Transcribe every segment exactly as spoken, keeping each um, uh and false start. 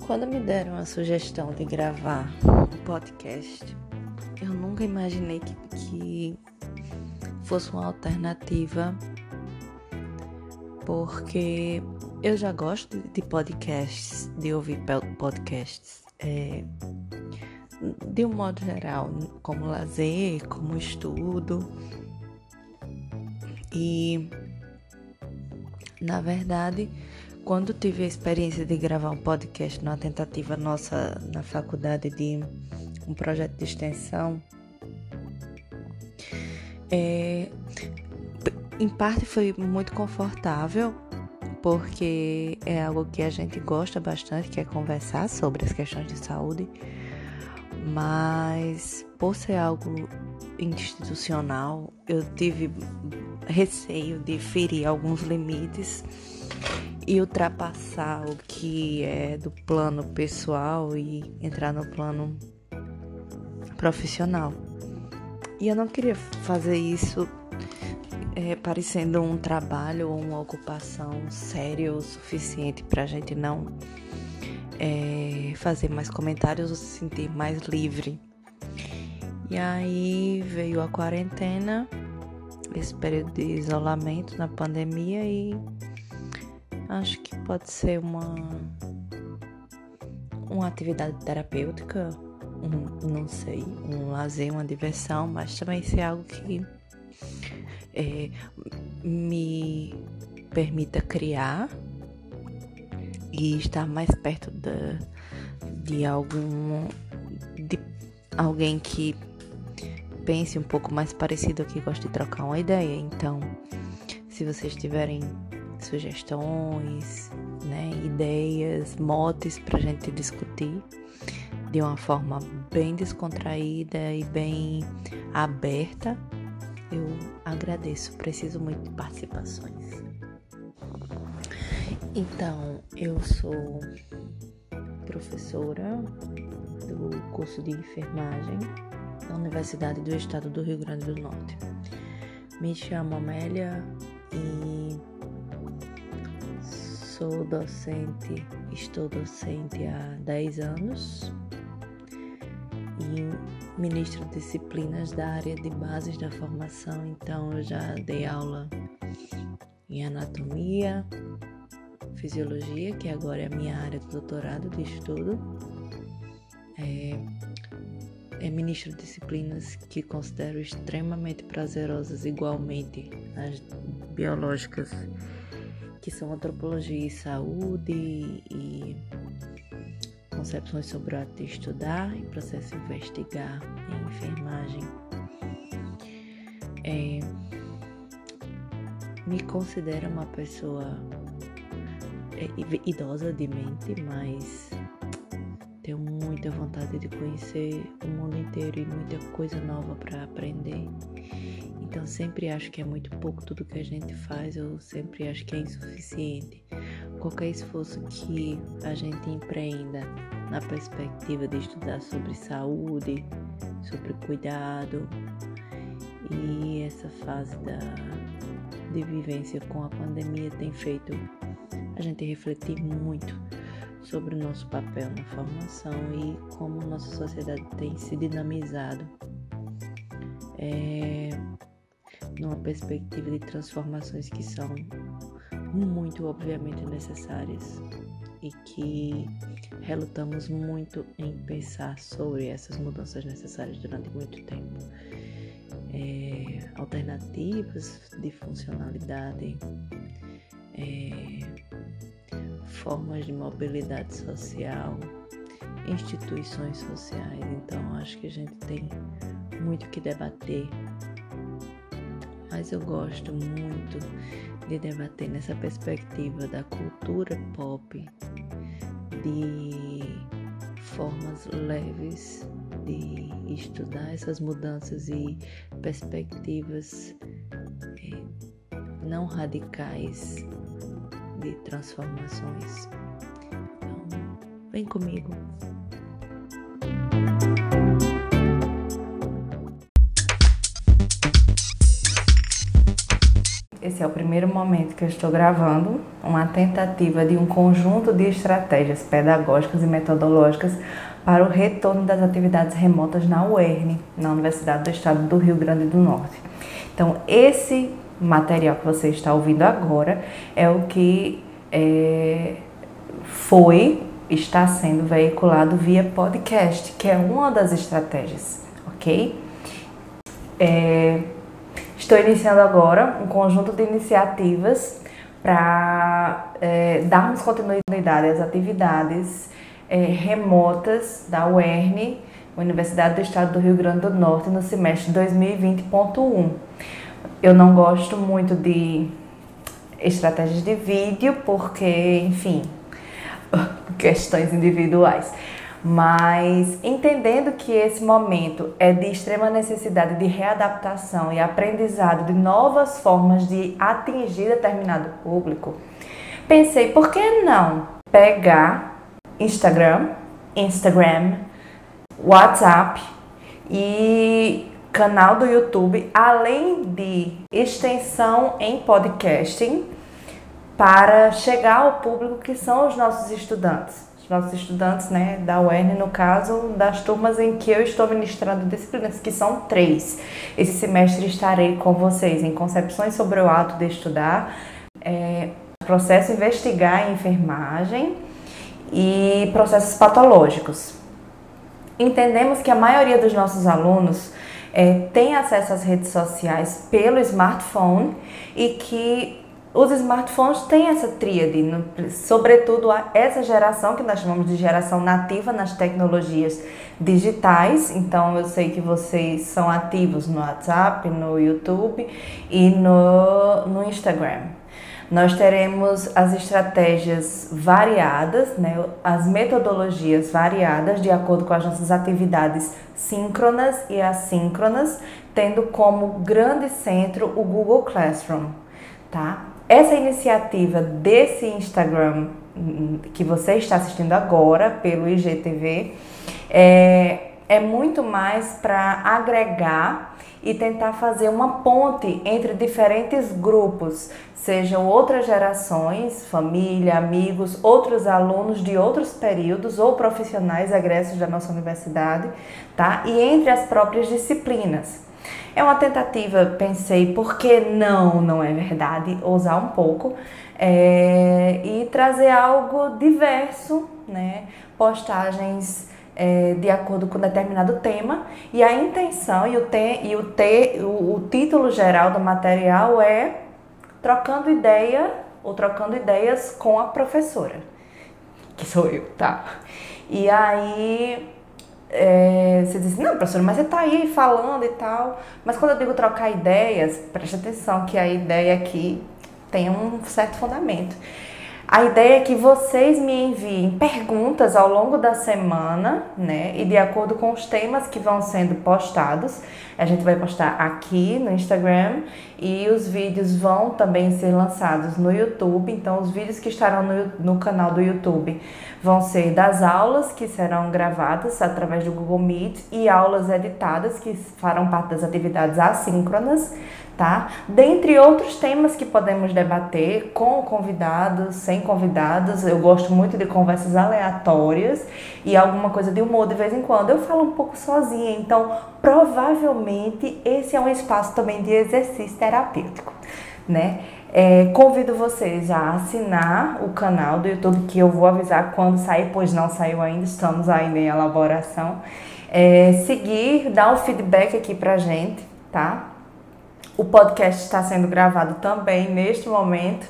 Quando me deram a sugestão de gravar um podcast, eu nunca imaginei que, que fosse uma alternativa, porque eu já gosto de podcasts, de ouvir podcasts, é, de um modo geral, como lazer, como estudo. E, na verdade, quando tive a experiência de gravar um podcast numa tentativa nossa na faculdade de um projeto de extensão, é, em parte foi muito confortável, porque é algo que a gente gosta bastante, que é conversar sobre as questões de saúde, mas por ser algo institucional, eu tive receio de ferir alguns limites e ultrapassar o que é do plano pessoal e entrar no plano profissional. E eu não queria fazer isso é, parecendo um trabalho ou uma ocupação séria o suficiente para a gente não é, fazer mais comentários ou se sentir mais livre. E aí veio a quarentena, esse período de isolamento na pandemia, e acho que pode ser uma, uma atividade terapêutica, um, não sei, um lazer, uma diversão, mas também ser algo que é, me permita criar e estar mais perto de, de algum de alguém que pense um pouco mais parecido, que goste de trocar uma ideia. Então, se vocês tiverem sugestões, né, ideias, motes pra gente discutir de uma forma bem descontraída e bem aberta, eu agradeço. Preciso muito de participações. Então, eu sou professora do curso de enfermagem da Universidade do Estado do Rio Grande do Norte. Me chamo Amélia e sou docente, estou docente há dez anos e ministro disciplinas da área de bases da formação. Então eu já dei aula em anatomia, fisiologia, que agora é a minha área de doutorado de estudo. É, é ministro de disciplinas que considero extremamente prazerosas, igualmente as biológicas, que são antropologia e saúde e concepções sobre o ato de estudar e processo de investigar em enfermagem. É, me considero uma pessoa é, idosa de mente, mas tenho muita vontade de conhecer o mundo inteiro e muita coisa nova para aprender. Então sempre acho que é muito pouco tudo que a gente faz, eu sempre acho que é insuficiente. Qualquer esforço que a gente empreenda na perspectiva de estudar sobre saúde, sobre cuidado, e essa fase da, de vivência com a pandemia tem feito a gente refletir muito sobre o nosso papel na formação e como nossa sociedade tem se dinamizado é, numa perspectiva de transformações que são muito obviamente necessárias e que relutamos muito em pensar sobre essas mudanças necessárias durante muito tempo. É, alternativas de funcionalidade, é, formas de mobilidade social, instituições sociais. Então acho que a gente tem muito que debater, mas eu gosto muito de debater nessa perspectiva da cultura pop, de formas leves de estudar essas mudanças e perspectivas eh, não radicais de transformações. Então, vem comigo. Esse é o primeiro momento que eu estou gravando uma tentativa de um conjunto de estratégias pedagógicas e metodológicas para o retorno das atividades remotas na U E R N, na Universidade do Estado do Rio Grande do Norte. Então, esse material que você está ouvindo agora é o que é, foi, está sendo veiculado via podcast, que é uma das estratégias, ok? É, Estou iniciando agora um conjunto de iniciativas para é, darmos continuidade às atividades é, remotas da U E R N, Universidade do Estado do Rio Grande do Norte, no semestre dois mil e vinte ponto um. Eu não gosto muito de estratégias de vídeo porque, enfim, questões individuais. Mas entendendo que esse momento é de extrema necessidade de readaptação e aprendizado de novas formas de atingir determinado público, pensei, por que não pegar Instagram, Instagram, WhatsApp e canal do YouTube, além de extensão em podcasting, para chegar ao público que são os nossos estudantes. Nossos estudantes, né, da U E R N, no caso, das turmas em que eu estou ministrando disciplinas, que são três. Esse semestre estarei com vocês em concepções sobre o ato de estudar, é, processo investigar em enfermagem e processos patológicos. Entendemos que a maioria dos nossos alunos é, tem acesso às redes sociais pelo smartphone e que os smartphones têm essa tríade, no, sobretudo a essa geração que nós chamamos de geração nativa nas tecnologias digitais. Então eu sei que vocês são ativos no WhatsApp, no YouTube e no, no Instagram. Nós teremos as estratégias variadas, né, as metodologias variadas de acordo com as nossas atividades síncronas e assíncronas, tendo como grande centro o Google Classroom, tá? Essa iniciativa desse Instagram que você está assistindo agora pelo I G T V é, é muito mais para agregar e tentar fazer uma ponte entre diferentes grupos, sejam outras gerações, família, amigos, outros alunos de outros períodos ou profissionais egressos da nossa universidade, tá? E entre as próprias disciplinas. É uma tentativa, pensei, por que não, não é verdade, ousar um pouco é, e trazer algo diverso, né? Postagens é, de acordo com determinado tema, e a intenção e, o, te, e o, te, o, o título geral do material é Trocando Ideia ou Trocando Ideias com a Professora, que sou eu, tá? E aí É, você diz, não, professora, mas você tá aí falando e tal. Mas quando eu digo trocar ideias, preste atenção que a ideia aqui tem um certo fundamento. A ideia é que vocês me enviem perguntas ao longo da semana, né? E de acordo com os temas que vão sendo postados, a gente vai postar aqui no Instagram e os vídeos vão também ser lançados no YouTube. Então, os vídeos que estarão no, no canal do YouTube vão ser das aulas que serão gravadas através do Google Meet e aulas editadas que farão parte das atividades assíncronas, tá? Dentre outros temas que podemos debater com convidados, sem convidados. Eu gosto muito de conversas aleatórias e alguma coisa de humor de vez em quando. Eu falo um pouco sozinha, então provavelmente esse é um espaço também de exercício terapêutico, né? É, convido vocês a assinar o canal do YouTube, que eu vou avisar quando sair, pois não saiu ainda, estamos ainda em elaboração. É, seguir, dar um feedback aqui pra gente, tá? O podcast está sendo gravado também neste momento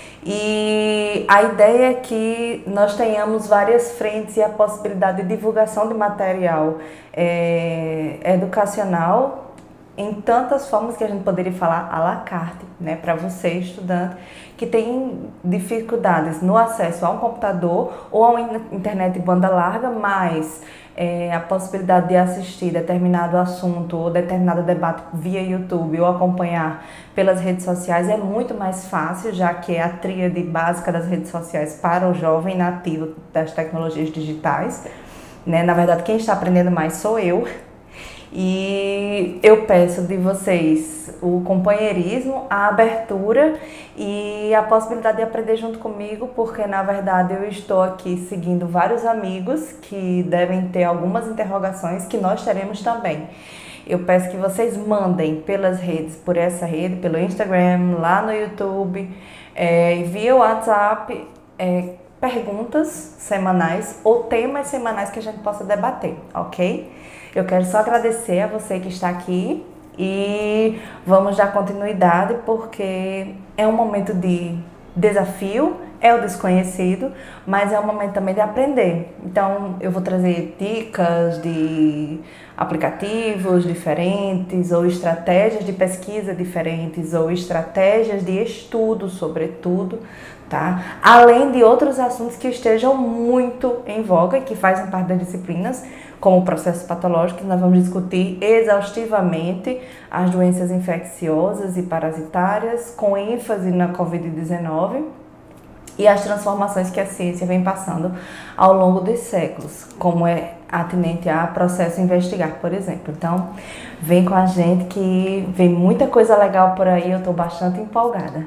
e a ideia é que nós tenhamos várias frentes e a possibilidade de divulgação de material é, educacional em tantas formas que a gente poderia falar à la carte, né, para você, estudante, que tem dificuldades no acesso a um computador ou a uma internet de banda larga, mas é, a possibilidade de assistir determinado assunto ou determinado debate via YouTube ou acompanhar pelas redes sociais é muito mais fácil, já que é a tríade básica das redes sociais para o jovem nativo das tecnologias digitais, né? Na verdade, quem está aprendendo mais sou eu. E eu peço de vocês o companheirismo, a abertura e a possibilidade de aprender junto comigo, porque na verdade eu estou aqui seguindo vários amigos que devem ter algumas interrogações que nós teremos também. Eu peço que vocês mandem pelas redes, por essa rede, pelo Instagram, lá no YouTube, é, via WhatsApp, é, perguntas semanais ou temas semanais que a gente possa debater, ok? Eu quero só agradecer a você que está aqui e vamos dar continuidade porque é um momento de desafio, é o desconhecido, mas é um momento também de aprender. Então eu vou trazer dicas de aplicativos diferentes ou estratégias de pesquisa diferentes ou estratégias de estudo, sobretudo, tá? Além de outros assuntos que estejam muito em voga e que fazem parte das disciplinas, como processos patológicos. Nós vamos discutir exaustivamente as doenças infecciosas e parasitárias, com ênfase na covid dezenove e as transformações que a ciência vem passando ao longo dos séculos, como é atinente a processo investigar, por exemplo. Então, vem com a gente que vem muita coisa legal por aí, eu estou bastante empolgada.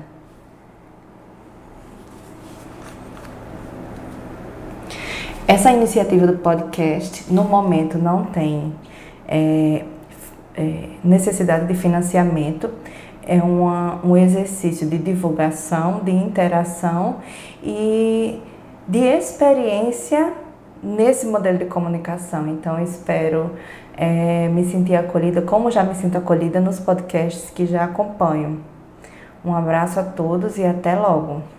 Essa iniciativa do podcast, no momento, não tem é, é, necessidade de financiamento. É uma, um exercício de divulgação, de interação e de experiência nesse modelo de comunicação. Então, eu espero é, me sentir acolhida, como já me sinto acolhida nos podcasts que já acompanho. Um abraço a todos e até logo!